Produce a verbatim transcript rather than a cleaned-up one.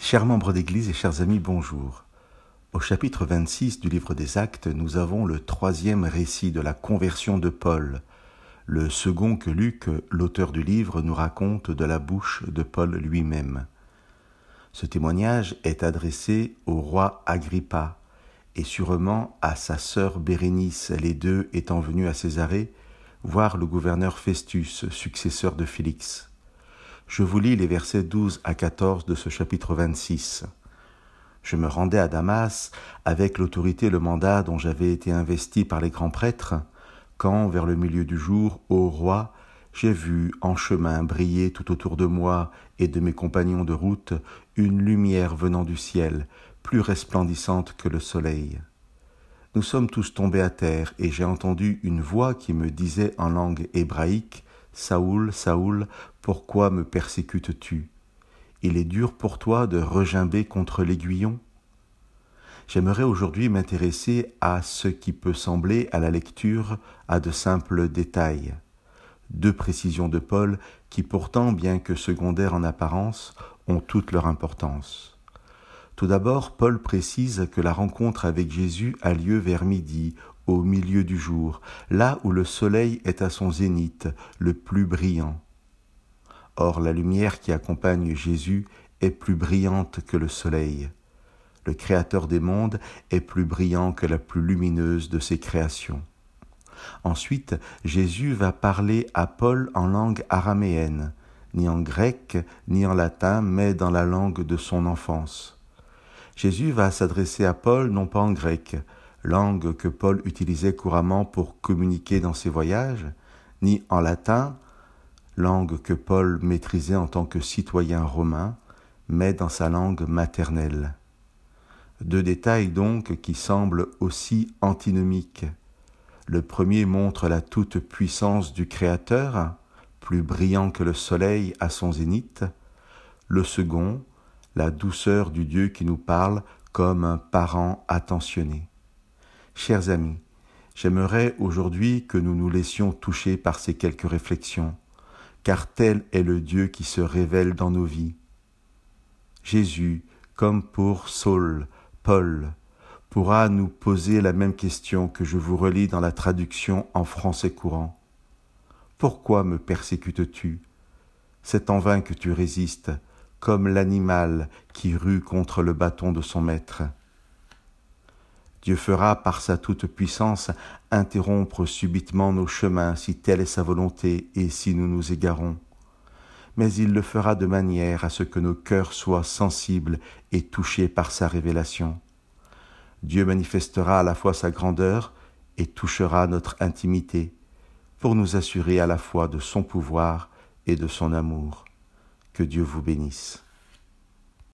Chers membres d'Église et chers amis, bonjour. Au chapitre vingt-six du livre des Actes, nous avons le troisième récit de la conversion de Paul, le second que Luc, l'auteur du livre, nous raconte de la bouche de Paul lui-même. Ce témoignage est adressé au roi Agrippa et sûrement à sa sœur Bérénice, les deux étant venus à Césarée voir le gouverneur Festus, successeur de Félix. Je vous lis les versets douze à quatorze de ce chapitre vingt-six. Je me rendais à Damas avec l'autorité et le mandat dont j'avais été investi par les grands prêtres, quand, vers le milieu du jour, ô roi, j'ai vu en chemin briller tout autour de moi et de mes compagnons de route une lumière venant du ciel, plus resplendissante que le soleil. Nous sommes tous tombés à terre et j'ai entendu une voix qui me disait en langue hébraïque, « Saoul, Saoul, pourquoi me persécutes-tu ? Il est dur pour toi de regimber contre l'aiguillon ?» J'aimerais aujourd'hui m'intéresser à ce qui peut sembler à la lecture à de simples détails. Deux précisions de Paul qui pourtant, bien que secondaires en apparence, ont toute leur importance. Tout d'abord, Paul précise que la rencontre avec Jésus a lieu vers midi, au milieu du jour, là où le soleil est à son zénith, le plus brillant. Or, la lumière qui accompagne Jésus est plus brillante que le soleil. Le Créateur des mondes est plus brillant que la plus lumineuse de ses créations. Ensuite, Jésus va parler à Paul en langue araméenne, ni en grec, ni en latin, mais dans la langue de son enfance. Jésus va s'adresser à Paul non pas en grec, langue que Paul utilisait couramment pour communiquer dans ses voyages, ni en latin, langue que Paul maîtrisait en tant que citoyen romain, mais dans sa langue maternelle. Deux détails donc qui semblent aussi antinomiques. Le premier montre la toute-puissance du Créateur, plus brillant que le soleil à son zénith. Le second, la douceur du Dieu qui nous parle comme un parent attentionné. Chers amis, j'aimerais aujourd'hui que nous nous laissions toucher par ces quelques réflexions, car tel est le Dieu qui se révèle dans nos vies. Jésus, comme pour Saul, Paul, pourra nous poser la même question que je vous relis dans la traduction en français courant. Pourquoi me persécutes-tu ? C'est en vain que tu résistes, comme l'animal qui rue contre le bâton de son maître. Dieu fera par sa toute-puissance interrompre subitement nos chemins si telle est sa volonté et si nous nous égarons. Mais il le fera de manière à ce que nos cœurs soient sensibles et touchés par sa révélation. Dieu manifestera à la fois sa grandeur et touchera notre intimité pour nous assurer à la fois de son pouvoir et de son amour. Que Dieu vous bénisse.